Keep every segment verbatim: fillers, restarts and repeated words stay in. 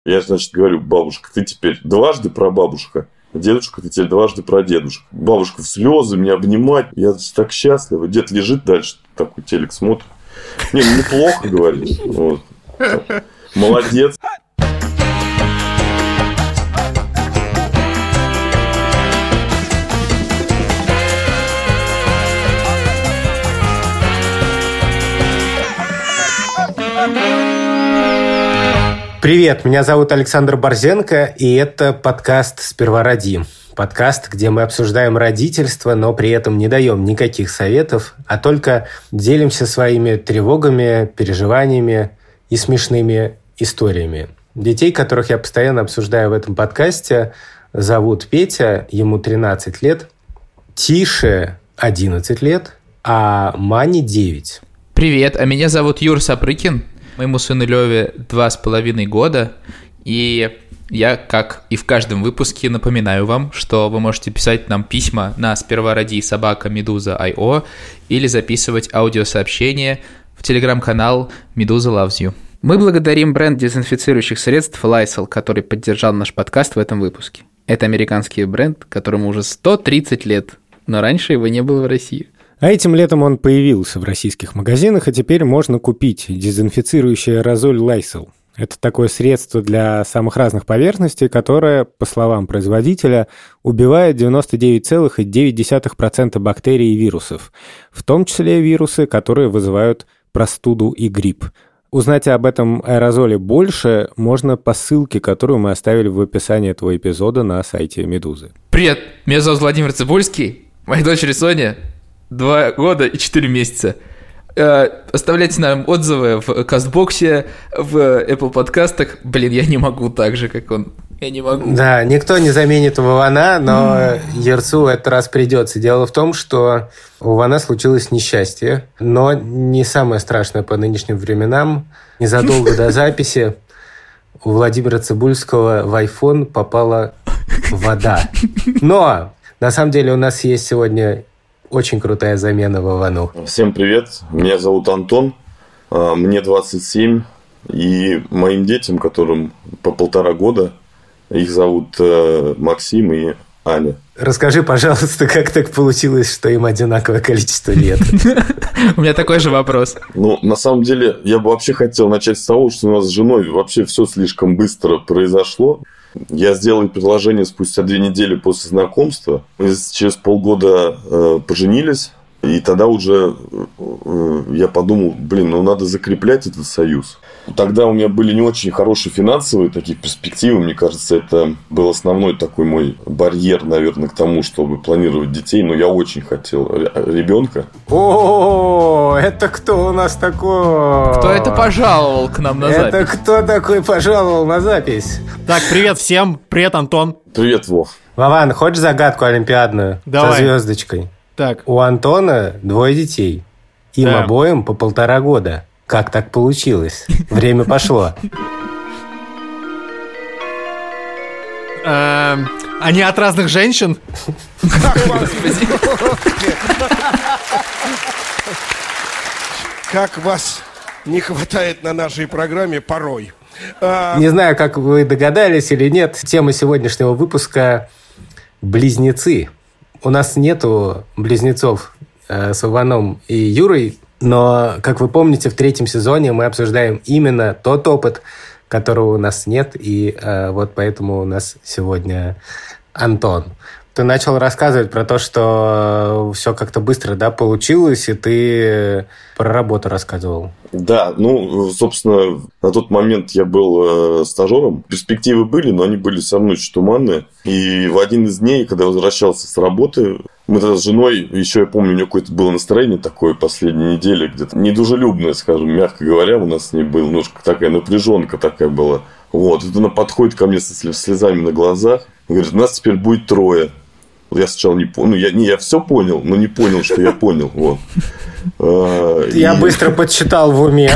Я, значит, говорю: бабушка, ты теперь дважды прабабушка. Дедушка, ты теперь дважды прадедушка. Бабушка в слезы меня обнимать. Я так счастлива. Дед лежит дальше, такой телек смотрит. Не, ну неплохо, говорит. Вот. Молодец. Привет, меня зовут Александр Борзенко, и это подкаст «Сперва роди». Подкаст, где мы обсуждаем родительство, но при этом не даем никаких советов, а только делимся своими тревогами, переживаниями и смешными историями. Детей, которых я постоянно обсуждаю в этом подкасте, зовут Петя, ему тринадцать лет, Тише одиннадцать лет, а Мане девять. Привет, а меня зовут Юр Сапрыкин. Моему сыну Леве два с половиной года, и я, как и в каждом выпуске, напоминаю вам, что вы можете писать нам письма на сперва роди собака медуза точка ай о или записывать аудиосообщения в телеграм-канал Медуза Loves You. Мы благодарим бренд дезинфицирующих средств Lysol, который поддержал наш подкаст в этом выпуске. Это американский бренд, которому уже сто тридцать лет, но раньше его не было в России. А этим летом он появился в российских магазинах, и теперь можно купить дезинфицирующий аэрозоль Lysol. Это такое средство для самых разных поверхностей, которое, по словам производителя, убивает девяносто девять целых девять десятых процента бактерий и вирусов, в том числе вирусы, которые вызывают простуду и грипп. Узнать об этом аэрозоле больше можно по ссылке, которую мы оставили в описании этого эпизода на сайте Медузы. Привет, меня зовут Владимир Цибульский, моей дочери Соня два года и четыре месяца. Оставляйте нам отзывы в Кастбоксе, в Apple подкастах. Блин, я не могу так же, как он. Я не могу. Да, никто не заменит Вована, но Ерцу в этот раз придется. Дело в том, что у Вована случилось несчастье, но не самое страшное по нынешним временам. Незадолго до записи у Владимира Цибульского в iPhone попала вода. Но на самом деле у нас есть сегодня очень крутая замена Вовану. Всем привет, меня зовут Антон, мне двадцать семь, и моим детям, которым по полтора года, их зовут Максим и Аня. Расскажи, пожалуйста, как так получилось, что им одинаковое количество лет? У меня такой же вопрос. Ну, на самом деле, я бы вообще хотел начать с того, что у нас с женой вообще все слишком быстро произошло. Я сделал ей предложение спустя две недели после знакомства. Мы через полгода э, поженились. И тогда уже э, я подумал, блин, ну надо закреплять этот союз. Тогда у меня были не очень хорошие финансовые такие перспективы. Мне кажется, это был основной такой мой барьер, наверное, к тому, чтобы планировать детей. Но я очень хотел ребенка. О, это кто у нас такой? Кто это пожаловал к нам на запись? Это кто такой пожаловал на запись? Так, привет всем. Привет, Антон. Привет, Вов. Вован, хочешь загадку олимпиадную? Давай. Со звездочкой. Так. У Антона двое детей. Им Да. обоим по полтора года. Как так получилось? Время пошло. Эм, Они от разных женщин? Как вас не хватает на нашей программе порой. А, Не знаю, как вы догадались или нет, тема сегодняшнего выпуска – близнецы. У нас нету близнецов э, с Иваном и Юрой, но, как вы помните, в третьем сезоне мы обсуждаем именно тот опыт, которого у нас нет, и э, вот поэтому у нас сегодня Антон. Ты начал рассказывать про то, что все как-то быстро, да, получилось, и ты про работу рассказывал. Да, ну, собственно, на тот момент я был э, стажером. Перспективы были, но они были со мной чуть туманные. И в один из дней, когда я возвращался с работы, мы тогда с женой, еще я помню, у нее какое-то было настроение такое последней недели, где-то недружелюбное, скажем, мягко говоря, у нас с ней была немножко такая напряженка такая была. Вот, и она подходит ко мне со слезами на глазах и говорит: у нас теперь будет трое. Я сначала не понял, ну, я, не, я все понял, но не понял, что я понял. Вот. Я и... быстро подсчитал в уме.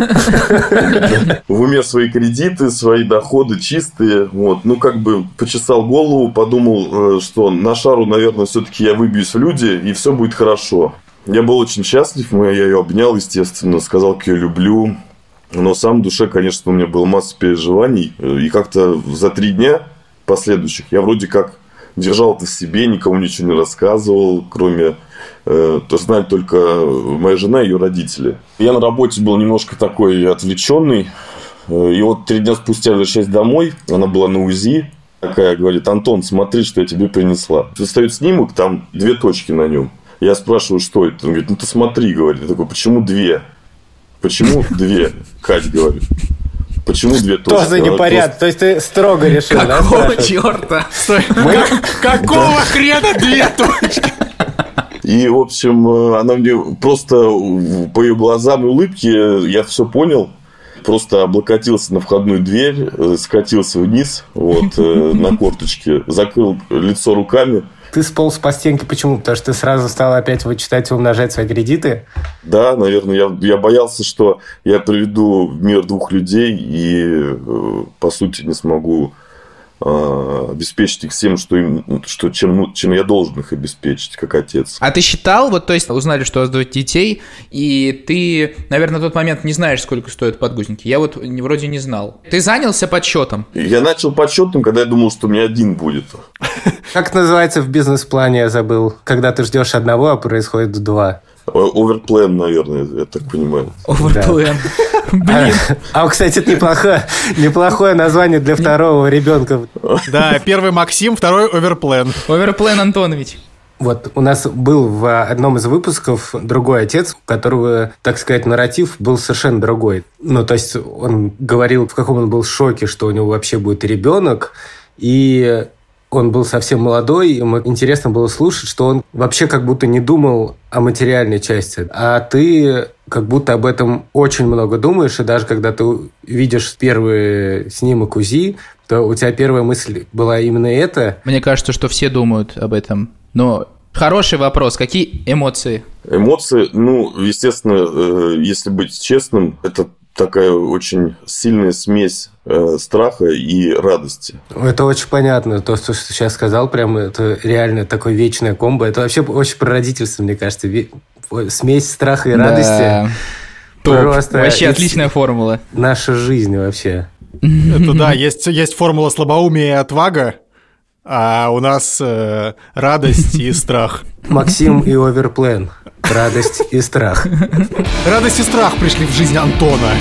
В уме свои кредиты, свои доходы чистые. Вот. Ну, как бы почесал голову, подумал, что на шару, наверное, все-таки я выбьюсь в люди, и все будет хорошо. Я был очень счастлив, я ее обнял, естественно, сказал, как ее люблю. Но в самом душе, конечно, у меня было масса переживаний. И как-то за три дня последующих я вроде как держал это в себе, никому ничего не рассказывал, кроме... Э, то знали только моя жена и ее родители. Я на работе был немножко такой отвлеченный. И вот три дня спустя, возвращаясь домой, она была на УЗИ. Такая говорит: Антон, смотри, что я тебе принесла. Достает снимок, там две точки на нем. Я спрашиваю, что это? Он говорит: ну ты смотри, говорит. Я такой: почему две? Почему две? Кать, говорит. Почему две точки? Тоже непорядок. То есть ты строго решил, да? Какого черта? Какого хрена две точки? И, в общем, она мне просто по ее глазам и улыбке я все понял. Просто облокотился на входную дверь, скатился вниз вот, на корточке, закрыл лицо руками. Ты сполз по стенке. Почему? Потому что ты сразу стал опять вычитать и умножать свои кредиты? Да, наверное. Я, я боялся, что я приведу в мир двух людей и, по сути, не смогу обеспечить их всем, что им, что, чем, ну, чем я должен их обеспечить, как отец. А ты считал, вот, то есть, узнали, что у вас двое детей, и ты, наверное, на тот момент не знаешь, сколько стоят подгузники. Я вот вроде не знал. Ты занялся подсчетом? Я начал подсчетом, когда я думал, что у меня один будет. Как это называется в бизнес-плане, я забыл. Когда ты ждешь одного, а происходит два. Оверплен, наверное, я так понимаю. Оверплен. Блин. А, кстати, это неплохое, неплохое название для второго ребенка. Да, первый Максим, второй Оверплен. Оверплен Антонович. Вот у нас был в одном из выпусков другой отец, у которого, так сказать, нарратив был совершенно другой. Ну, то есть он говорил, в каком он был шоке, что у него вообще будет ребенок, и он был совсем молодой, ему интересно было слушать, что он вообще как будто не думал о материальной части. А ты как будто об этом очень много думаешь, и даже когда ты видишь первый снимок УЗИ, то у тебя первая мысль была именно это. Мне кажется, что все думают об этом. Но хороший вопрос. Какие эмоции? Эмоции, ну, естественно, если быть честным, это такая очень сильная смесь э, страха и радости. Это очень понятно. То, что ты сейчас сказал, прям это реально такое вечное комбо. Это вообще очень про родительство, мне кажется. Смесь страха и радости. Да. Просто вообще отличная формула. Наша жизнь вообще. Это да, есть, есть формула слабоумия и отвага, а у нас э, радость и страх. Максим и Оверплен. Радость и страх. Радость и страх пришли в жизнь Антона.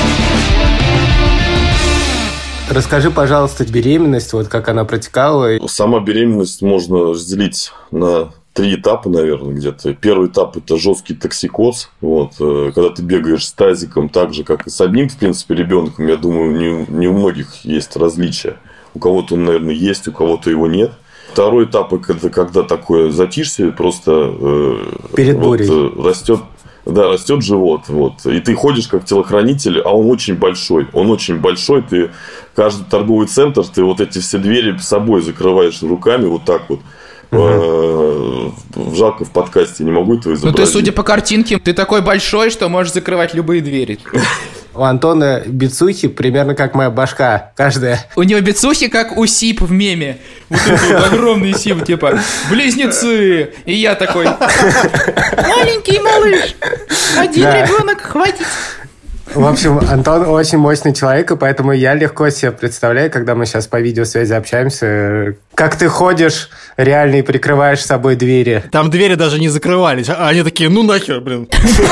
Расскажи, пожалуйста, беременность, вот как она протекала. Сама беременность можно разделить на три этапа, наверное, где-то. Первый этап – это жесткий токсикоз. Вот, когда ты бегаешь с тазиком, так же, как и с одним, в принципе, ребенком. Я думаю, не, не у многих есть различия. У кого-то он, наверное, есть, у кого-то его нет. Второй этап – это когда такое затишье, просто э, перед бурей вот, растет, да, растет живот. Вот, и ты ходишь как телохранитель, а он очень большой. Он очень большой. Ты каждый торговый центр, ты вот эти все двери с собой закрываешь руками, вот так вот. Угу. Жалко, в подкасте не могу этого изобразить. Ну, ты, судя по картинке, ты такой большой, что можешь закрывать любые двери. У Антона бицухи примерно как моя башка, каждая. У него бицухи как у Сип в меме. Вот этот огромный Сип, типа, близнецы. И я такой, маленький малыш, один да. ребенок, хватит. В общем, Антон очень мощный человек, и поэтому я легко себе представляю, когда мы сейчас по видеосвязи общаемся, как ты ходишь реально и прикрываешь собой двери. Там двери даже не закрывались, а они такие, ну нахер, блин.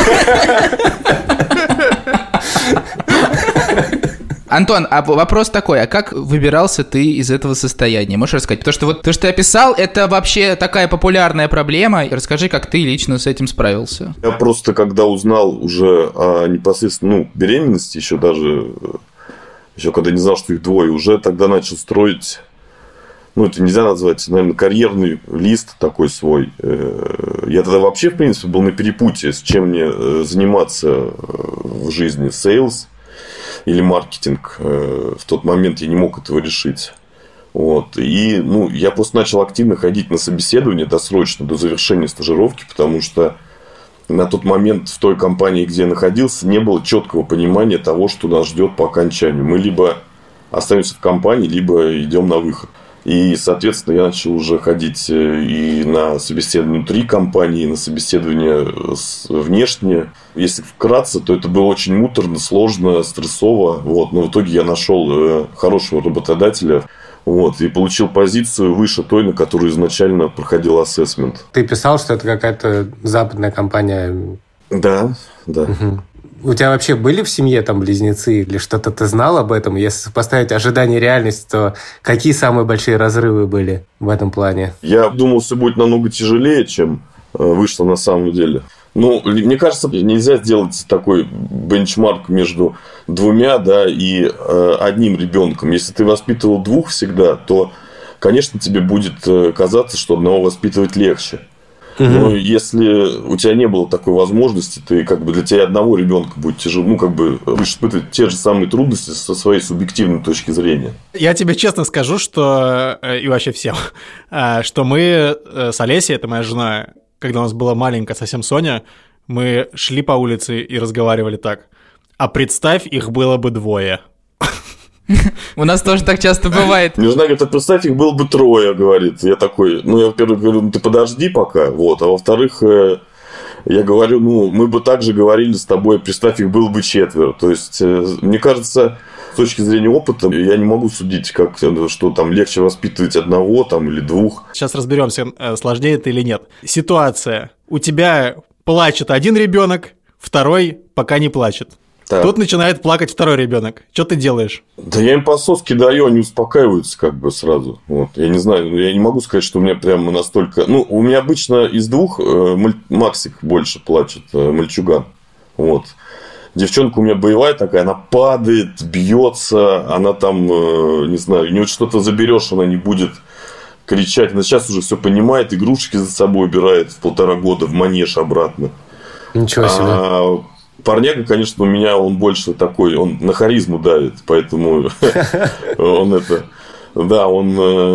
Антон, а вопрос такой, а как выбирался ты из этого состояния? Можешь рассказать? Потому что вот то, что ты описал, это вообще такая популярная проблема. Расскажи, как ты лично с этим справился. Я просто, когда узнал уже о непосредственно ну, беременности, еще даже, еще когда не знал, что их двое, уже тогда начал строить, ну, это нельзя назвать, наверное, карьерный лист такой свой. Я тогда вообще, в принципе, был на перепутье, с чем мне заниматься в жизни. Сейлс или маркетинг. В тот момент я не мог этого решить. Вот. И ну, я просто начал активно ходить на собеседование досрочно, до завершения стажировки, потому что на тот момент в той компании, где я находился, не было четкого понимания того, что нас ждет по окончанию. Мы либо останемся в компании, либо идем на выход. И, соответственно, я начал уже ходить и на собеседование внутри компании, и на собеседование внешнее. Если вкратце, то это было очень муторно, сложно, стрессово. Вот. Но в итоге я нашел хорошего работодателя. Вот, и получил позицию выше той, на которую изначально проходил ассессмент. Ты писал, что это какая-то западная компания? Да, да. Угу. У тебя вообще были в семье там близнецы или что-то ты знал об этом? Если поставить ожидание и реальность, то какие самые большие разрывы были в этом плане? Я думал, все будет намного тяжелее, чем вышло на самом деле. Ну, мне кажется, нельзя сделать такой бенчмарк между двумя, да, и э, одним ребенком. Если ты воспитывал двух всегда, то, конечно, тебе будет казаться, что одного воспитывать легче. Угу. Но если у тебя не было такой возможности, ты как бы для тебя одного ребенка будет тяжело, ну, как бы будешь испытывать те же самые трудности со своей субъективной точки зрения. Я тебе честно скажу, что, и вообще всем, что мы с Олесей, это моя жена, когда у нас была маленькая совсем Соня, мы шли по улице и разговаривали так. А представь, их было бы двое. У нас тоже так часто бывает. Мне жена говорит, а представь, их было бы трое, говорит. Я такой, ну, я, во-первых, говорю, ну, ты подожди пока, вот. А во-вторых, я говорю, ну, мы бы также говорили с тобой, представь, их было бы четверо. То есть, мне кажется, с точки зрения опыта, я не могу судить, как, что там легче воспитывать одного там, или двух. Сейчас разберемся, сложнее это или нет. Ситуация. У тебя плачет один ребенок, второй пока не плачет. Так. Тут начинает плакать второй ребенок. Что ты делаешь? Да я им по соске даю, они успокаиваются как бы сразу. Вот. Я не знаю, я не могу сказать, что у меня прямо настолько... Ну, у меня обычно из двух э, Максик больше плачет, э, мальчуган. Вот. Девчонка у меня боевая такая, она падает, бьется, она там, э, не знаю, у нее что-то заберешь, она не будет кричать. Она сейчас уже все понимает, игрушки за собой убирает в полтора года в манеж обратно. Ничего себе. А... Парняга, конечно, у меня он больше такой, он на харизму давит, поэтому он это, да, он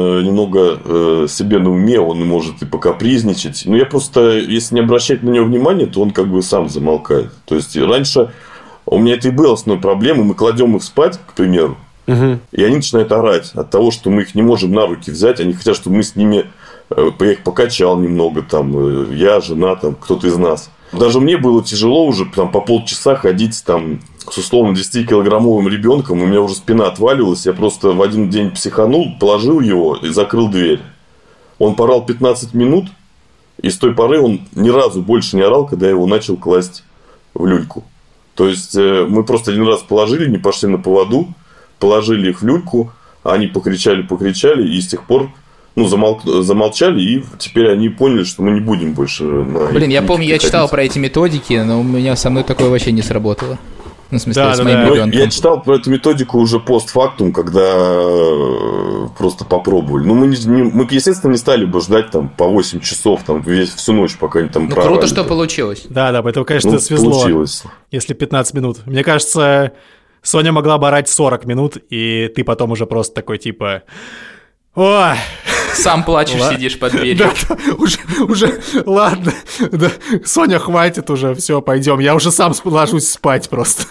немного себе на уме, он может и покапризничать. Но я просто, если не обращать на него внимания, то он как бы сам замолкает. То есть раньше у меня это и было основной проблемой, мы кладем их спать, к примеру, и они начинают орать от того, что мы их не можем на руки взять, они хотят, чтобы мы с ними, я их покачал немного, там, я, жена, там, кто-то из нас. Даже мне было тяжело уже там, по полчаса ходить там, с условно десятикилограммовым ребенком. У меня уже спина отваливалась. Я просто в один день психанул, положил его и закрыл дверь. Он порал пятнадцать минут. И с той поры он ни разу больше не орал, когда я его начал класть в люльку. То есть, мы просто один раз положили, не пошли на поводу. Положили их в люльку. Они покричали, покричали. И с тех пор... Ну, замол... замолчали, и теперь они поняли, что мы не будем больше... На Блин, я помню, я читал про эти методики, но у меня со мной такое вообще не сработало. Ну, в смысле, да, с да, моим да. ребенком. Я читал про эту методику уже постфактум, когда просто попробовали. Ну, мы, не, мы, естественно, не стали бы ждать там по восемь часов, там, весь, всю ночь, пока они там Ну, проорали. круто, что получилось. Да, да, поэтому, конечно, ну, свезло. Получилось. Если пятнадцать минут. Мне кажется, Соня могла бы орать сорок минут, и ты потом уже просто такой, типа... Ой... Сам плачешь, ладно. Сидишь под дверью. Да, да, уже, уже, ладно, да, Соня, хватит уже, все, пойдем. Я уже сам ложусь спать просто.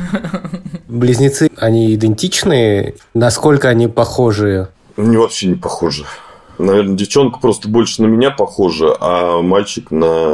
Близнецы, они идентичные? Насколько они похожи? Они вообще не похожи. Наверное, девчонка просто больше на меня похожа, а мальчик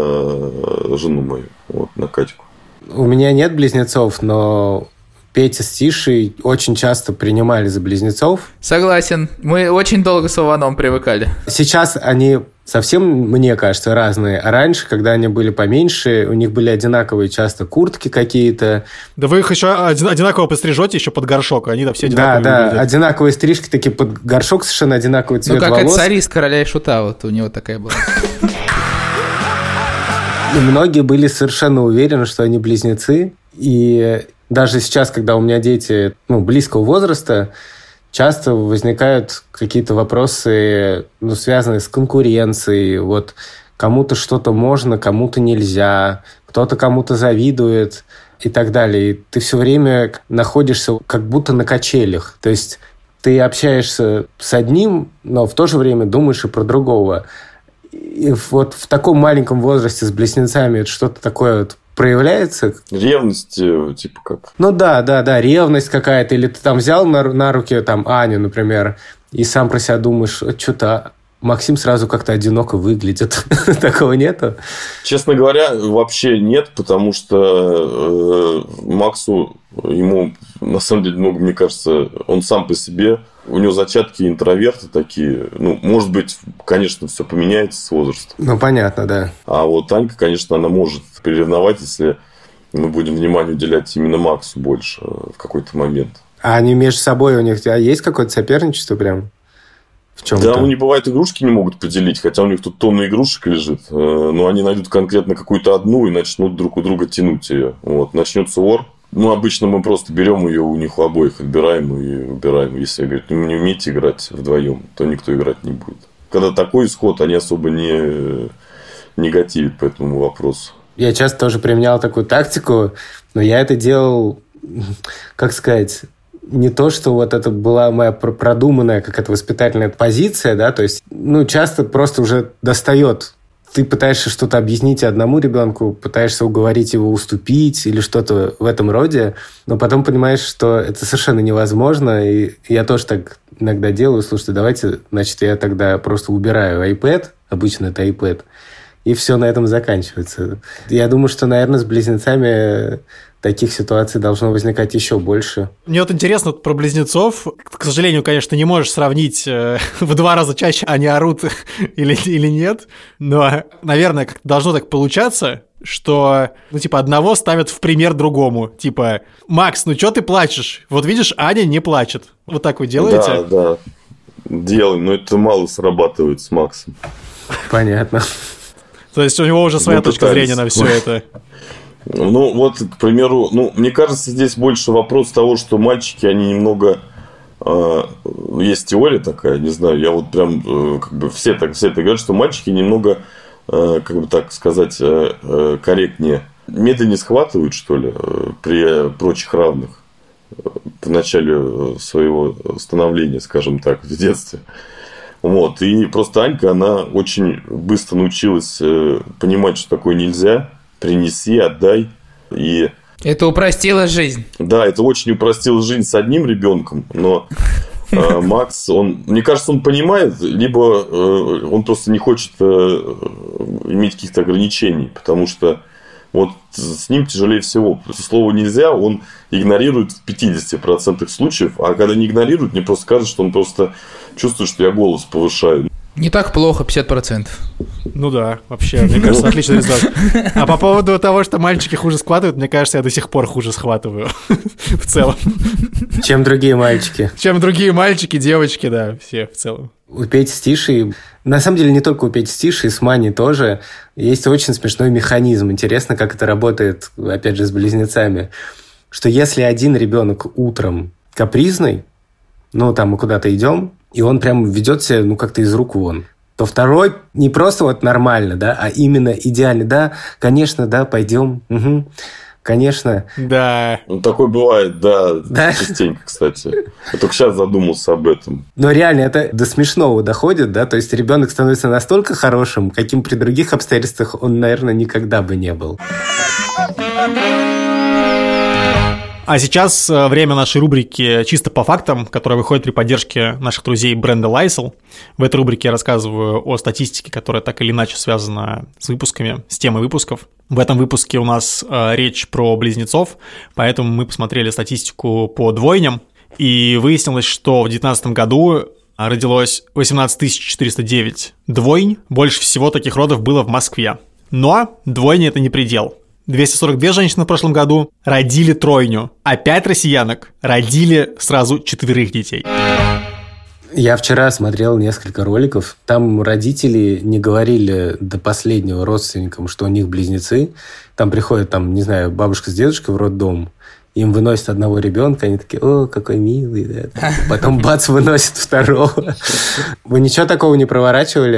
на жену мою, вот, на Катьку. У меня нет близнецов, но... Петя с Тишей очень часто принимали за близнецов. Согласен. Мы очень долго с Иваном привыкали. Сейчас они совсем, мне кажется, разные. А раньше, когда они были поменьше, у них были одинаковые часто куртки какие-то. Да вы их еще одинаково пострижете еще под горшок, они там все одинаковые. Да, да, выглядят. Одинаковые стрижки, такие под горшок, совершенно одинаковый цвет волос. Ну, как это царь из «Короля и Шута», вот у него такая была. И многие были совершенно уверены, что они близнецы. И... Даже сейчас, когда у меня дети ну, близкого возраста, часто возникают какие-то вопросы, ну, связанные с конкуренцией. Вот кому-то что-то можно, кому-то нельзя, кто-то кому-то завидует и так далее. И ты все время находишься как будто на качелях. То есть ты общаешься с одним, но в то же время думаешь и про другого. И вот в таком маленьком возрасте с близнецами это что-то такое вот проявляется? Ревность, типа как? Ну да, да, да, ревность какая-то. Или ты там взял на, на руки там Аню, например, и сам про себя думаешь, что-то Максим сразу как-то одиноко выглядит. Такого нету? Честно говоря, вообще нет, потому что э, Максу, ему, на самом деле, ну, мне кажется, он сам по себе, у него зачатки интроверта такие. Ну, может быть, конечно, все поменяется с возрастом. Ну, понятно, да. А вот Анька, конечно, она может приревновать, если мы будем внимание уделять именно Максу больше в какой-то момент. А они между собой, у них а есть какое-то соперничество прям? В чем-то? Да, у них бывает игрушки не могут поделить, хотя у них тут тонна игрушек лежит, но они найдут конкретно какую-то одну и начнут друг у друга тянуть ее. Вот, начнется ор. Ну, обычно мы просто берем ее у них у обоих, отбираем и убираем. Если, говорят, вы не умеете играть вдвоем, то никто играть не будет. Когда такой исход, они особо не негативят по этому вопросу. Я часто тоже применял такую тактику, но я это делал, как сказать... Не то, что вот это была моя продуманная какая-то воспитательная позиция, да, то есть, ну, часто просто уже достает. Ты пытаешься что-то объяснить одному ребенку, пытаешься уговорить его уступить или что-то в этом роде, но потом понимаешь, что это совершенно невозможно, и я тоже так иногда делаю. Слушайте, давайте, значит, я тогда просто убираю iPad, обычно это iPad, и все на этом заканчивается. Я думаю, что, наверное, с близнецами таких ситуаций должно возникать еще больше. Мне вот интересно про близнецов. К сожалению, конечно, не можешь сравнить э, в два раза чаще они орут или, или нет. Но, наверное, как должно так получаться, что, ну, типа, одного ставят в пример другому. Типа, Макс, ну что ты плачешь? Вот видишь, Аня не плачет. Вот так вы делаете? Да, да, делаем, но это мало срабатывает с Максом. Понятно. То есть у него уже своя точка зрения на все это. Ну, вот, к примеру, ну, мне кажется, здесь больше вопрос того, что мальчики, они немного... Э, есть теория такая, не знаю, я вот прям, э, как бы, все так, все так говорят, что мальчики немного, э, как бы так сказать, э, э, корректнее, медленнее схватывают, что ли, э, при прочих равных в начале своего становления, скажем так, в детстве. Вот, и просто Анька, она очень быстро научилась э, понимать, что такое нельзя. Принеси, отдай. И... Это упростило жизнь. Да, это очень упростило жизнь с одним ребенком, но э, Макс, он, мне кажется, он понимает, либо э, он просто не хочет э, иметь каких-то ограничений, потому что вот с ним тяжелее всего. Слово «нельзя» он игнорирует в пятьдесят процентов случаев, а когда не игнорирует, мне просто кажется, что он просто чувствует, что я голос повышаю. Не так плохо, пятьдесят процентов. Ну да, вообще, мне кажется, отличный результат. А по поводу того, что мальчики хуже схватывают, мне кажется, я до сих пор хуже схватываю в целом. Чем другие мальчики. Чем другие мальчики, девочки, да, все в целом. У Пети с Тишей, на самом деле не только у Пети с Тишей, с Маней тоже, есть очень смешной механизм. Интересно, как это работает, опять же, с близнецами. Что если один ребенок утром капризный, ну, там мы куда-то идем, и он прям ведет себя, ну, как-то из рук вон, то второй не просто вот нормально, да, а именно идеально. Да, конечно, да, пойдем. Угу. Конечно. Да. Ну, такое бывает, да, да, частенько, кстати. Я только сейчас задумался об этом. Но реально это до смешного доходит, да, то есть ребенок становится настолько хорошим, каким при других обстоятельствах он, наверное, никогда бы не был. А сейчас время нашей рубрики «Чисто по фактам», которая выходит при поддержке наших друзей бренда Lysol. В этой рубрике я рассказываю о статистике, которая так или иначе связана с выпусками, с темой выпусков. В этом выпуске у нас э, речь про близнецов, поэтому мы посмотрели статистику по двойням, и выяснилось, что в две тысячи девятнадцатом году родилось восемнадцать тысяч четыреста девять двойнь. Больше всего таких родов было в Москве. Но двойня – это не предел. двести сорок две женщины в прошлом году родили тройню, а пять россиянок родили сразу четверых детей. Я вчера смотрел несколько роликов. Там родители не говорили до последнего родственникам, что у них близнецы. Там приходят, там, не знаю, бабушка с дедушкой в роддом, им выносят одного ребенка, они такие: о, какой милый. Да. Потом бац, выносят второго. Вы ничего такого не проворачивали?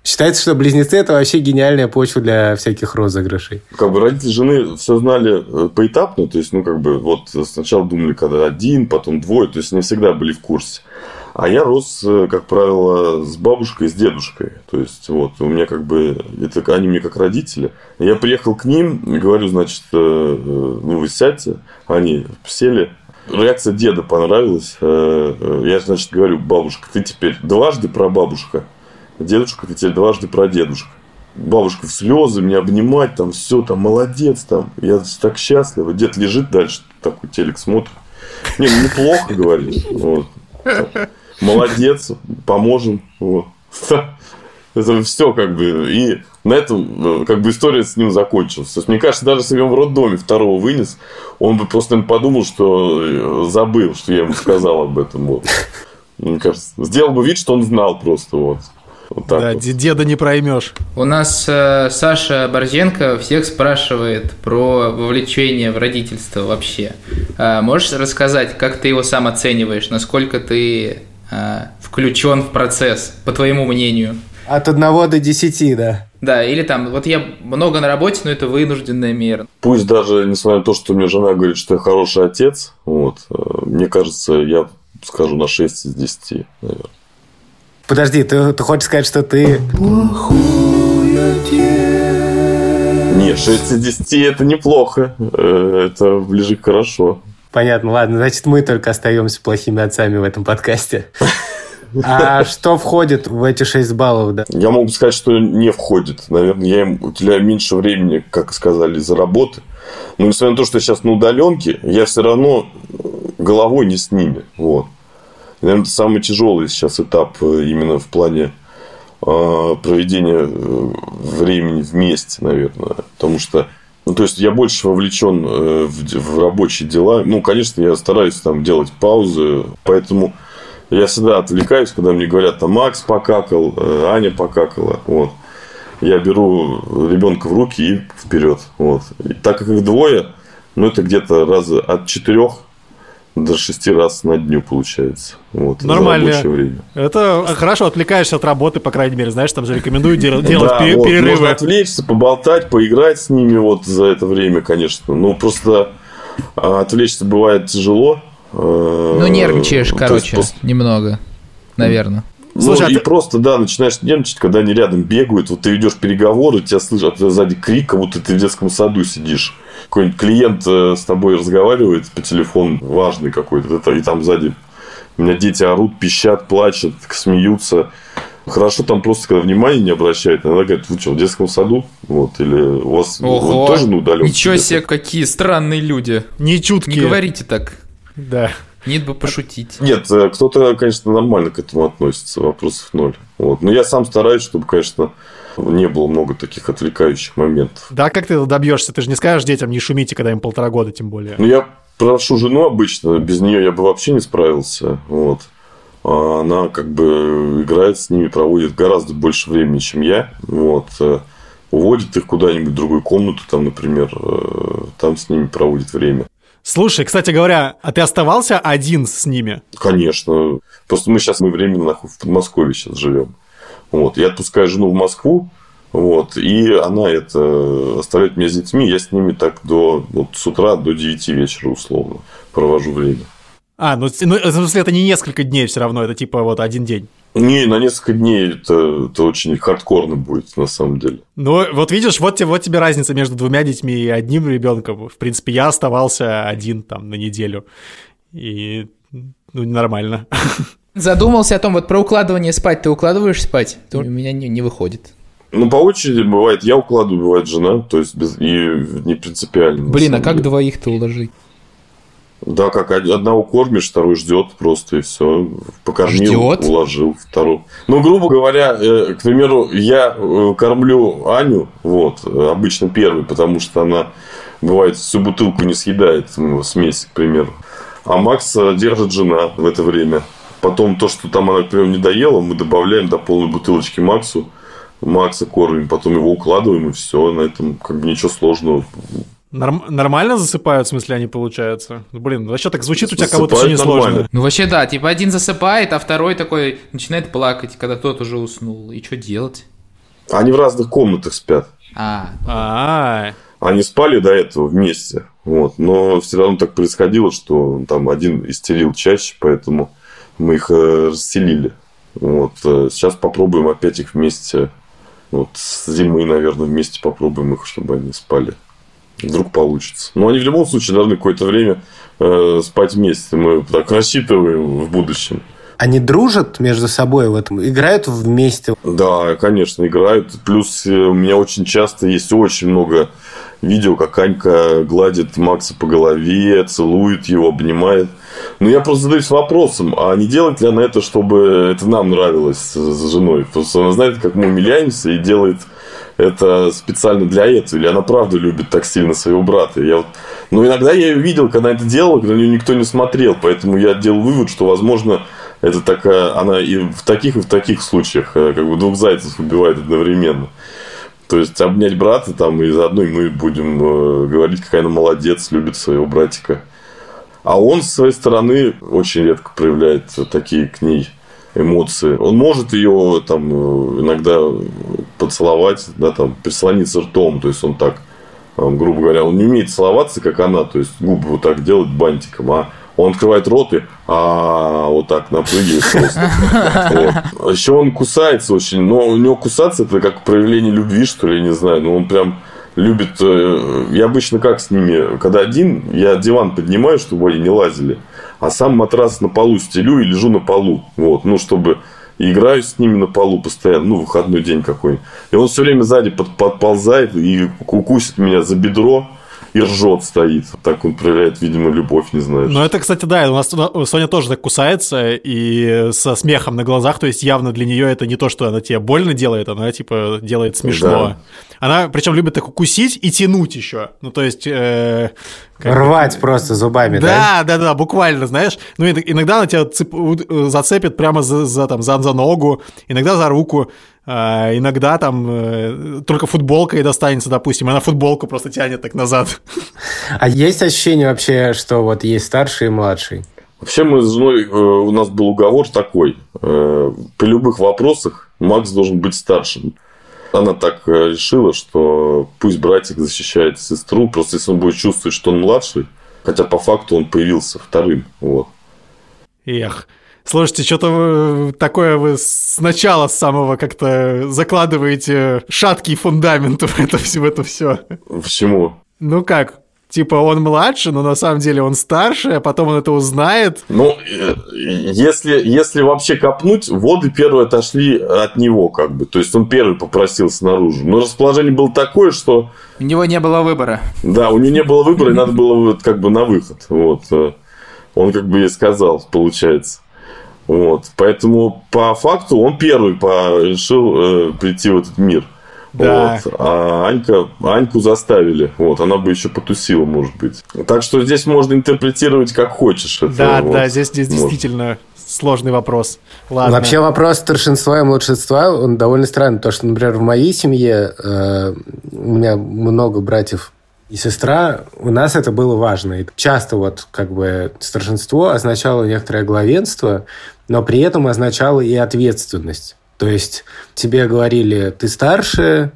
Считается, что близнецы – это вообще гениальная почва для всяких розыгрышей. Как бы родители жены все знали поэтапно, то есть, ну, как бы, вот сначала думали, когда один, потом двое, то есть, не всегда были в курсе. А я рос, как правило, с бабушкой и с дедушкой. То есть, вот, у меня как бы, это они мне как родители. Я приехал к ним и говорю, значит, ну, вы сядьте. Они сели. Реакция деда понравилась. Я, значит, говорю, бабушка, ты теперь дважды прабабушка. Дедушка, ты теперь дважды прадедушка. Бабушка в слезы, меня обнимать, там, все, там, молодец, там. Я так счастлива. Дед лежит дальше, такой телек смотрит. Не, ну, неплохо, говорит. Вот. Молодец, поможем. Вот. Это все как бы. И на этом как бы история с ним закончилась. То есть, мне кажется, даже если бы он в роддоме второго вынес, он бы просто подумал, что забыл, что я ему сказал об этом. Вот. Мне кажется, сделал бы вид, что он знал просто. Вот. Вот так да, вот. Деда не проймешь. У нас э, Саша Борзенко всех спрашивает про вовлечение в родительство вообще. Э, можешь рассказать, как ты его сам оцениваешь, насколько ты э, включен в процесс, по твоему мнению? От одного до десяти, да. Да, или там, вот я много на работе, но это вынужденная мера. Пусть даже, несмотря на то, что мне жена говорит, что я хороший отец, вот, мне кажется, я скажу на шесть из десяти, наверное. Подожди, ты, ты хочешь сказать, что ты... Плохой отец. Нет, шесть из десяти это неплохо. Это ближе к хорошо. Понятно, ладно, значит, мы только остаемся плохими отцами в этом подкасте. А что входит в эти шесть баллов, да? Я могу сказать, что не входит. Наверное, я им уделяю меньше времени, как сказали, из-за работы. Но несмотря на то, что я сейчас на удаленке, я все равно головой не с ними. Вот. Наверное, это самый тяжелый сейчас этап именно в плане э, проведения времени вместе, наверное. Потому что, ну, то есть, я больше вовлечен э, в, в рабочие дела. Ну, конечно, я стараюсь там делать паузы. Поэтому я всегда отвлекаюсь, когда мне говорят, там, Макс покакал, э, Аня покакала. Вот. Я беру ребенка в руки и вперед. Вот. И так как их двое, ну, это где-то раза от четырех до шести раз на дню получается. Вот, нормально. За рабочее время. Это хорошо, отвлекаешься от работы, по крайней мере. Знаешь, там же рекомендую делать да, перерывы. Можно отвлечься, поболтать, поиграть с ними вот за это время, конечно. Ну, просто отвлечься бывает тяжело. Ну, нервничаешь, короче, просто... немного, наверное. Ну, Слушай, и а ты... просто, да, начинаешь нервничать, когда они рядом бегают. Вот ты ведешь переговоры, тебя слышат, а тебя сзади крик, как будто ты в детском саду сидишь. Какой-нибудь клиент с тобой разговаривает по телефону, важный какой-то, и там сзади у меня дети орут, пищат, плачут, смеются. Хорошо там просто, когда внимание не обращают, иногда говорят, вы что, в детском саду? Вот, или у вас вот, тоже на удаленке? Ничего себе, какие странные люди. Нечуткие. Не говорите так. Да. Нет бы пошутить. Нет, кто-то, конечно, нормально к этому относится, вопросов ноль. Вот. Но я сам стараюсь, чтобы, конечно, не было много таких отвлекающих моментов. Да, как ты добьешься? Ты же не скажешь детям, не шумите, когда им полтора года, тем более. Ну, я прошу жену обычно, без нее я бы вообще не справился. Вот. А она как бы играет с ними, проводит гораздо больше времени, чем я. Вот. Уводит их куда-нибудь в другую комнату, там, например, там с ними проводит время. Слушай, кстати говоря, а ты оставался один с ними? Конечно. Просто мы сейчас мы временно в Подмосковье сейчас живем. Вот. Я отпускаю жену в Москву, вот, и она это оставляет меня с детьми. Я с ними так до вот, с утра до девяти вечера условно провожу время. А, ну, ну в смысле, это не несколько дней все равно, это типа вот один день. Не, на несколько дней это, это очень хардкорно будет, на самом деле. Ну, вот видишь, вот тебе, вот тебе разница между двумя детьми и одним ребенком. В принципе, я оставался один там на неделю. И, ну, нормально. Задумался о том, вот про укладывание спать. Ты укладываешь спать? То у меня не, не выходит. Ну, по очереди бывает я укладываю, бывает жена. То есть, без, и не принципиально. Блин, а как двоих-то уложить? Да, как одного кормишь, второй ждет просто, и все. Покормил, ждет? Уложил, второй. Ну, грубо говоря, к примеру, я кормлю Аню, вот, обычно первый, потому что она, бывает, всю бутылку не съедает, ну, смесь, к примеру. А Макса держит жена в это время. Потом то, что там она, например, не доела, мы добавляем до полной бутылочки Максу. Макса кормим, потом его укладываем, и все. На этом как бы ничего сложного. Норм- нормально засыпают, в смысле, они получаются? Блин, вообще так звучит у тебя, как будто все несложно. Ну, вообще, да, типа один засыпает, а второй такой начинает плакать, когда тот уже уснул. И что делать? Они в разных комнатах спят. А. А. Они спали до этого вместе. Вот. Но все равно так происходило, что там один истерил чаще, поэтому мы их расселили. Вот. Сейчас попробуем опять их вместе. Вот. С зимы, наверное, вместе попробуем их, чтобы они спали. Вдруг получится. Но они в любом случае должны какое-то время э, спать вместе. Мы так рассчитываем в будущем. Они дружат между собой, вот, играют вместе? Да, конечно, играют. Плюс у меня очень часто есть очень много видео, как Анька гладит Макса по голове, целует его, обнимает. Но я просто задаюсь вопросом, а не делает ли она это, чтобы это нам нравилось с женой? Потому что она знает, как мы умиляемся, и делает это специально для этого. Или она правда любит так сильно своего брата. Я вот... Но иногда я ее видел, когда она это делала, когда на нее никто не смотрел. Поэтому я делал вывод, что, возможно, это такая, она и в таких, и в таких случаях как бы двух зайцев убивает одновременно. То есть, обнять брата, там, и заодно и мы будем э, говорить, какая она молодец, любит своего братика. А он, с своей стороны, очень редко проявляет такие к ней эмоции. Он может ее там иногда поцеловать, да, там, прислониться ртом. То есть, он так, там, грубо говоря, он не умеет целоваться, как она. То есть, губы вот так делать бантиком, а он открывает рот и а, вот так напрыгивает просто. Вот. Еще он кусается очень. Но у него кусаться это как проявление любви, что ли, не знаю. Но он прям любит... Я обычно как с ними? Когда один, я диван поднимаю, чтобы они не лазили. А сам матрас на полу стелю и лежу на полу. Вот. Ну, чтобы... И играю с ними на полу постоянно. Ну, выходной день какой-нибудь. И он все время сзади под, подползает и укусит меня за бедро. И ржет стоит. Так он проявляет, видимо, любовь, не знаю. Ну, это, кстати, да, у нас Соня тоже так кусается и со смехом на глазах, то есть явно для нее это не то, что она тебе больно делает, она, типа, делает смешно. Да. Она, причем, любит так укусить и тянуть еще. Ну, то есть... Э, рвать как... просто зубами, да? Да, да, да, буквально, знаешь. Ну, иногда она тебя цеп... зацепит прямо за, за, там, за, за ногу, иногда за руку. А, иногда там э, только футболкой достанется, допустим, она футболку просто тянет так назад. А есть ощущение вообще, что вот есть старший и младший? Вообще мы с женой, э, у нас был уговор такой. Э, при любых вопросах Макс должен быть старшим. Она так э, решила, что пусть братик защищает сестру, просто если он будет чувствовать, что он младший, хотя по факту он появился вторым. Вот. Эх. Слушайте, что-то вы, такое вы сначала с самого как-то закладываете шаткий фундамент в это, в это все. Почему? Ну как? Типа он младше, но на самом деле он старше, а потом он это узнает. Ну, если, если вообще копнуть, воды первые отошли от него, как бы. То есть он первый попросился наружу. Но расположение было такое, что... У него не было выбора. Да, у него не было выбора, и надо было как бы на выход. Вот. Он как бы ей сказал, получается. Вот. Поэтому по факту он первый по... решил э, прийти в этот мир. Да. Вот. А Анька, Аньку заставили. Вот. Она бы еще потусила, может быть. Так что здесь можно интерпретировать как хочешь. Это, да, вот, да, здесь, здесь действительно сложный вопрос. Ладно. Вообще вопрос старшинства и младшинства, он довольно странный. Потому что, например, в моей семье э, у меня много братьев и сестра, у нас это было важно. И часто вот как бы старшинство означало некоторое главенство, но при этом означало и ответственность. То есть тебе говорили, ты старше,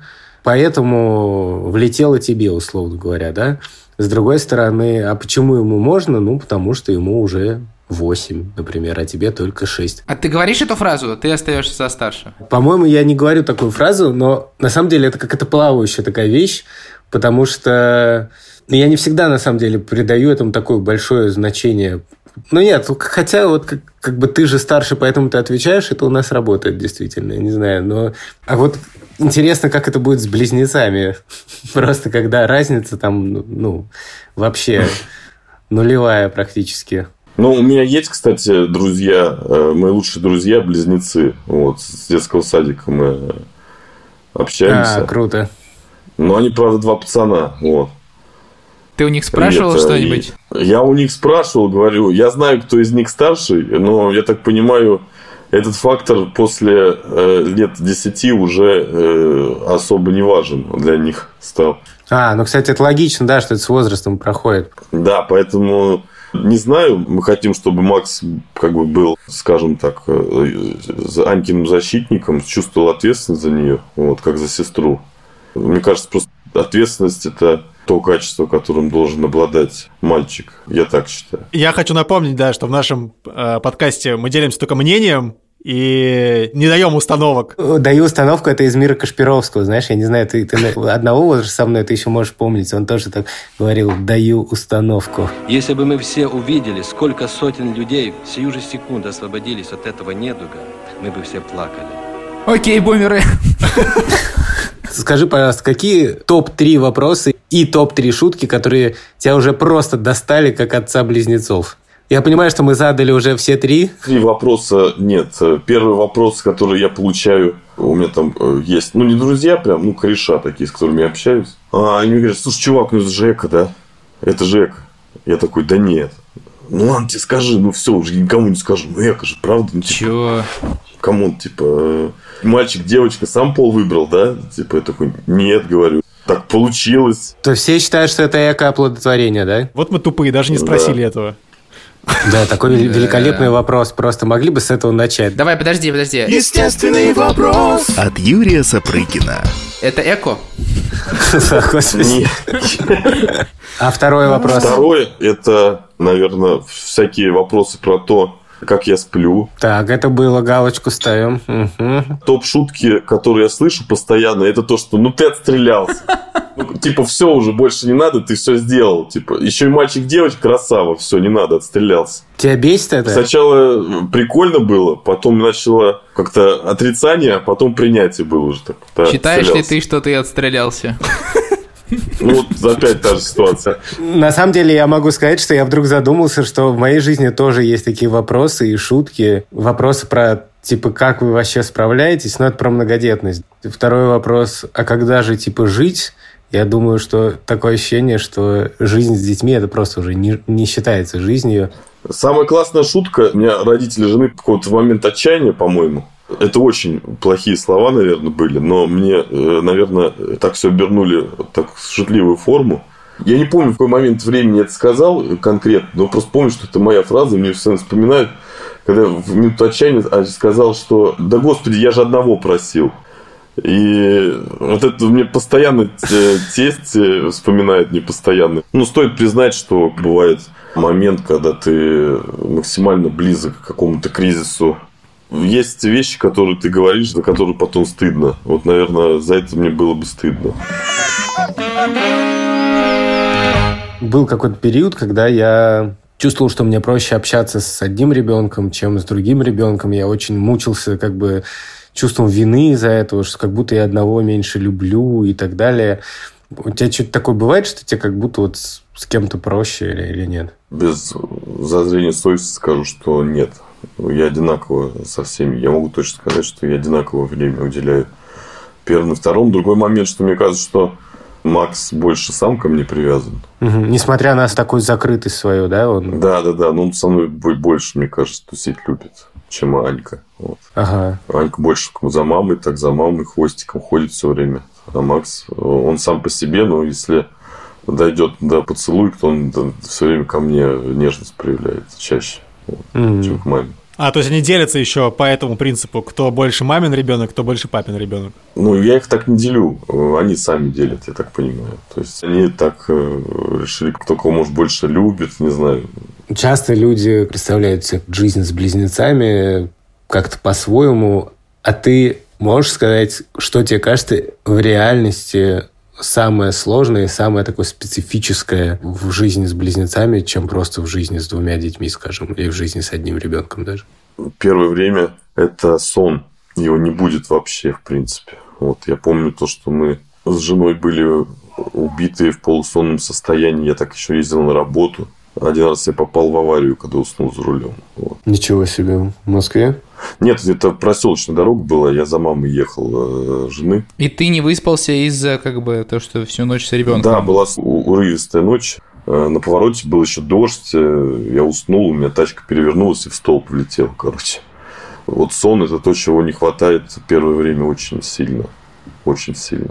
поэтому влетело тебе, условно говоря, да? С другой стороны, а почему ему можно? Ну, потому что ему уже восемь, например, а тебе только шесть. А ты говоришь эту фразу? Ты остаешься за старше? По-моему, я не говорю такую фразу, но на самом деле это какая-то плавающая такая вещь, потому что я не всегда, на самом деле, придаю этому такое большое значение. Ну, нет, хотя вот как, как бы ты же старше, поэтому ты отвечаешь, это у нас работает действительно, я не знаю. Но... А вот интересно, как это будет с близнецами. Просто когда разница там, ну, вообще нулевая практически. Ну, у меня есть, кстати, друзья, мои лучшие друзья, близнецы. Вот, с детского садика мы общаемся. А, круто. Но они, правда, два пацана, вот. Ты у них спрашивал Привет. что-нибудь? Я у них спрашивал, говорю, я знаю, кто из них старший, но, я так понимаю, этот фактор после э, лет десяти уже э, особо не важен для них стал. А, ну, кстати, это логично, да, что это с возрастом проходит. Да, поэтому Не знаю, мы хотим, чтобы Макс как бы был, скажем так, Анькиным защитником, чувствовал ответственность за нее, вот, как за сестру. Мне кажется, просто ответственность – это то качество, которым должен обладать мальчик. Я так считаю. Я хочу напомнить, да, что в нашем э, подкасте мы делимся только мнением и не даем установок. Даю установку, это из мира Кашпировского, знаешь, я не знаю, ты, ты одного возраста со мной, ты еще можешь помнить, он тоже так говорил, даю установку. Если бы мы все увидели, сколько сотен людей в сию же секунду освободились от этого недуга, мы бы все плакали. Окей, бумеры. Скажи, пожалуйста, какие топ три вопроса и топ три шутки, которые тебя уже просто достали, как отца-близнецов? Я понимаю, что мы задали уже все три. Три вопроса нет. Первый вопрос, который я получаю, у меня там есть, ну, не друзья прям, ну, кореша такие, с которыми я общаюсь. А они мне говорят, слушай, чувак, ну, это Жека, да? Это Жека. Я такой, да нет. Ну, ладно, тебе скажи, ну, все, уже никому не скажу. Ну, я, же правда? Ну, типа, чего? Кому, типа, мальчик, девочка, сам пол выбрал, да? Типа, я такой, нет, говорю. Так получилось. То все считают, что это эко-оплодотворение, да? Вот мы тупые, даже не спросили да. этого. Да, такой великолепный вопрос. Просто могли бы с этого начать. Давай, подожди, подожди. Естественный вопрос. От Юрия Сапрыкина. Это эко? Господи. А второй вопрос? Второй, это, наверное, всякие вопросы про то, как я сплю. Так, это было, галочку ставим. Угу. Топ-шутки, которые я слышу постоянно, это то, что ну ты отстрелялся. Ну, типа, все уже больше не надо, ты все сделал. Типа, еще и мальчик-девочка, красава, все, не надо, отстрелялся. Тебя бесит это? Сначала прикольно было, потом начало как-то отрицание, а потом принятие было уже так. Да, считаешь ли ты, что ты отстрелялся? Ну, вот опять та же ситуация. На самом деле, я могу сказать, что я вдруг задумался, что в моей жизни тоже есть такие вопросы и шутки. Вопросы про, типа, как вы вообще справляетесь, но это про многодетность. Второй вопрос, а когда же, типа, жить? Я думаю, что такое ощущение, что жизнь с детьми, это просто уже не, не считается жизнью. Самая классная шутка, у меня родители жены в какой-то момент отчаяния, по-моему. Это очень плохие слова, наверное, были, но мне, наверное, так все обернули так в шутливую форму. Я не помню, в какой момент времени я это сказал конкретно, но просто помню, что это моя фраза, мне все вспоминают, когда в минуту отчаяния сказал, что «да господи, я же одного просил». И вот это мне постоянно тесть вспоминает, не постоянно. Ну, стоит признать, что бывает момент, когда ты максимально близок к какому-то кризису. Есть вещи, которые ты говоришь, за которые потом стыдно. Вот, наверное, за это мне было бы стыдно. Был какой-то период, когда я чувствовал, что мне проще общаться с одним ребенком, чем с другим ребенком. Я очень мучился как бы чувством вины из-за этого, что как будто я одного меньше люблю и так далее. У тебя что-то такое бывает, что тебе как будто вот с, с кем-то проще или, или нет? Без зазрения совести скажу, что нет. Я одинаково со всеми. Я могу точно сказать, что я одинаково время уделяю первому и второму. Другой момент, что мне кажется, что Макс больше сам ко мне привязан. Угу. Несмотря на такую закрытость свою, да? Он... Да, да, да. Но он со мной больше, мне кажется, тусить любит, чем Анька. Вот. Ага. Анька больше за мамой, так за мамой хвостиком ходит все время. А Макс, он сам по себе, но если дойдет до поцелуя, то он все время ко мне нежность проявляет чаще, вот, mm-hmm. чем к маме. А, то есть они делятся еще по этому принципу, кто больше мамин ребенок, кто больше папин ребенок? Ну, я их так не делю. Они сами делят, я так понимаю. То есть они так э, решили, кто кого, может, больше любит, не знаю. Часто люди представляют себе жизнь с близнецами как-то по-своему. А ты можешь сказать, что тебе кажется в реальности самое сложное и самое такое специфическое в жизни с близнецами, чем просто в жизни с двумя детьми, скажем, или в жизни с одним ребенком даже? Первое время это сон. Его не будет вообще, в принципе. Вот я помню то, что мы с женой были убитые в полусонном состоянии. Я так еще ездил на работу. Один раз я попал в аварию, когда уснул за рулем. Вот. Ничего себе. В Москве? Нет, это проселочная дорога была. Я за мамой ехал э, жены. И ты не выспался из-за как бы то, что всю ночь с ребенком? Да, была урывистая ночь. Э, на повороте был еще дождь. Э, я уснул, у меня тачка перевернулась и в столб влетела, короче. Вот сон – это то, чего не хватает первое время очень сильно. Очень сильно.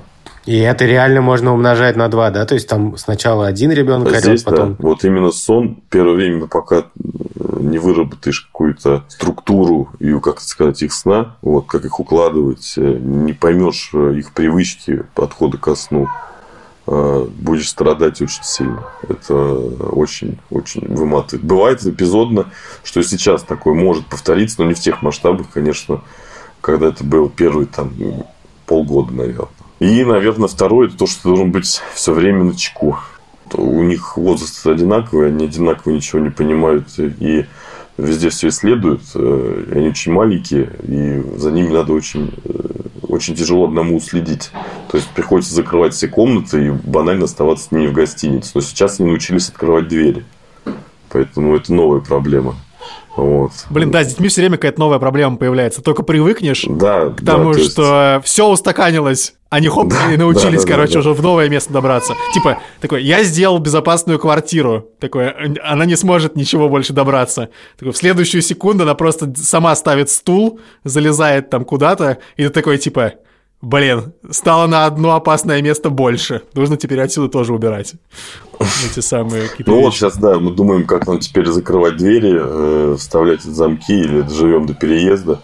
И это реально можно умножать на два, да? То есть там сначала один ребенок А орет, здесь, потом... да, вот именно сон, первое время, пока не выработаешь какую-то структуру и, как сказать, их сна, вот, как их укладывать, не поймешь их привычки, подхода ко сну, будешь страдать очень сильно. Это очень-очень выматывает. Бывает эпизодно, что сейчас такое может повториться, но не в тех масштабах, конечно, когда это было первые там, полгода, наверное. И, наверное, второе, это то, что ты должен быть все время начеку. У них возраст одинаковый, они одинаково ничего не понимают и везде все исследуют. Они очень маленькие, и за ними надо очень, очень тяжело одному следить. То есть приходится закрывать все комнаты и банально оставаться с ними в гостинице. Но сейчас они научились открывать двери. Поэтому это новая проблема. Вот. Блин, да, с детьми все время какая-то новая проблема появляется. Только привыкнешь да, к тому, да, что есть... все устаканилось. Они хоп, да, и научились, да, да, короче, да, да. уже в новое место добраться. Типа, такой, я сделал безопасную квартиру. Такой, она не сможет ничего больше добраться. Такой, в следующую секунду она просто сама ставит стул, залезает там куда-то, и ты такой, типа, блин, стало на одно опасное место больше. Нужно теперь отсюда тоже убирать. Эти самые какие-то Ну вещи. вот сейчас, да, мы думаем, как нам теперь закрывать двери, э, вставлять замки или доживем до переезда.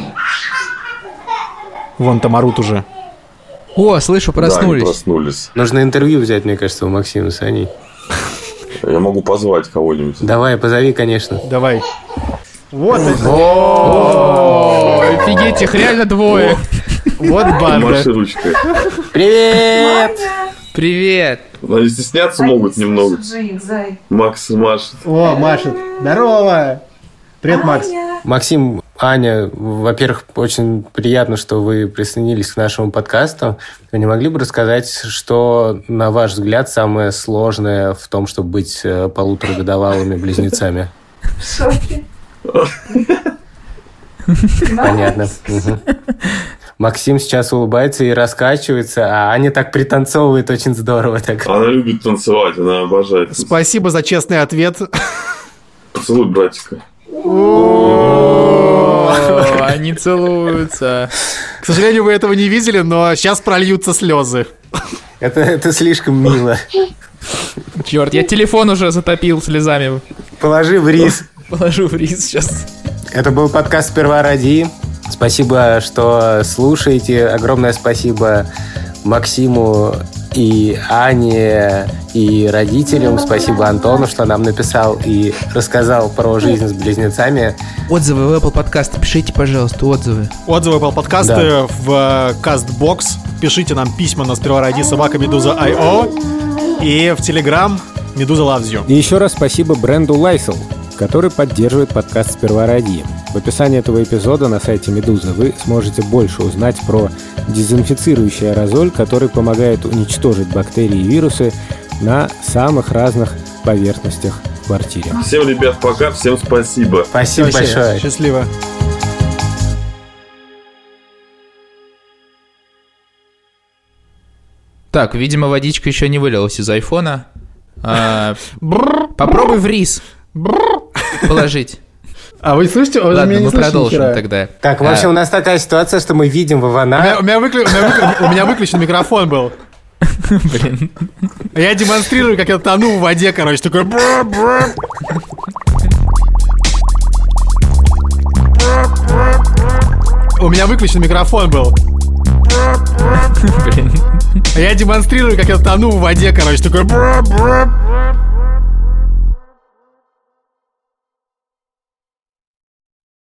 Вон там орут уже. О, слышу, проснулись. Да, они проснулись. Нужно интервью взять, мне кажется, у Максима с Аней. Я могу позвать кого-нибудь. Давай, позови, конечно. Давай. Вот это. О, офигеть, их реально двое. Вот банда. Маши ручкой. Привет! Привет. Они стесняться могут немного. Макс машет. О, машет. Здорово. Привет, Макс. Максим, Аня, во-первых, очень приятно, что вы присоединились к нашему подкасту. Вы не могли бы рассказать, что, на ваш взгляд, самое сложное в том, чтобы быть полуторагодовалыми близнецами? В шоке. Понятно. Максим сейчас улыбается и раскачивается, а Аня так пританцовывает очень здорово. Так. Она любит танцевать, она обожает. Спасибо за честный ответ. Поцелуй братика. Они целуются. К сожалению, вы этого не видели, но сейчас прольются слезы. Это, это слишком мило. Черт, я телефон уже затопил слезами. Положи в рис. Положу в рис сейчас. Это был подкаст «Сперва ради». Спасибо, что слушаете. Огромное спасибо Максиму и Ане, и родителям. Спасибо Антону, что нам написал и рассказал про жизнь с близнецами. Отзывы в Apple Podcast. Пишите, пожалуйста, отзывы. Отзывы в Apple Podcast, да. В CastBox. Пишите нам письма на сперва ради собака медуза точка ай о и в Telegram Медуза Loves You. И еще раз спасибо бренду Lysol, который поддерживает подкаст «Сперва ради». В описании этого эпизода на сайте «Медузы» вы сможете больше узнать про дезинфицирующий аэрозоль, который помогает уничтожить бактерии и вирусы на самых разных поверхностях в квартире. Всем, ребят, пока, всем спасибо. Спасибо Вообще, большое. Счастливо. Так, видимо, водичка еще не вылилась из айфона. А, попробуй в рис положить. А вы слышите? Ладно, мы продолжим тогда. Так, в общем, у нас такая ситуация, что мы видим Вована. У меня, у, меня выкли... у, меня выкли... у меня выключен микрофон был. Блин. Я демонстрирую, как я тону в воде, короче, такой... У меня выключен микрофон был. Блин. Я демонстрирую, как я тону в воде, короче, такой...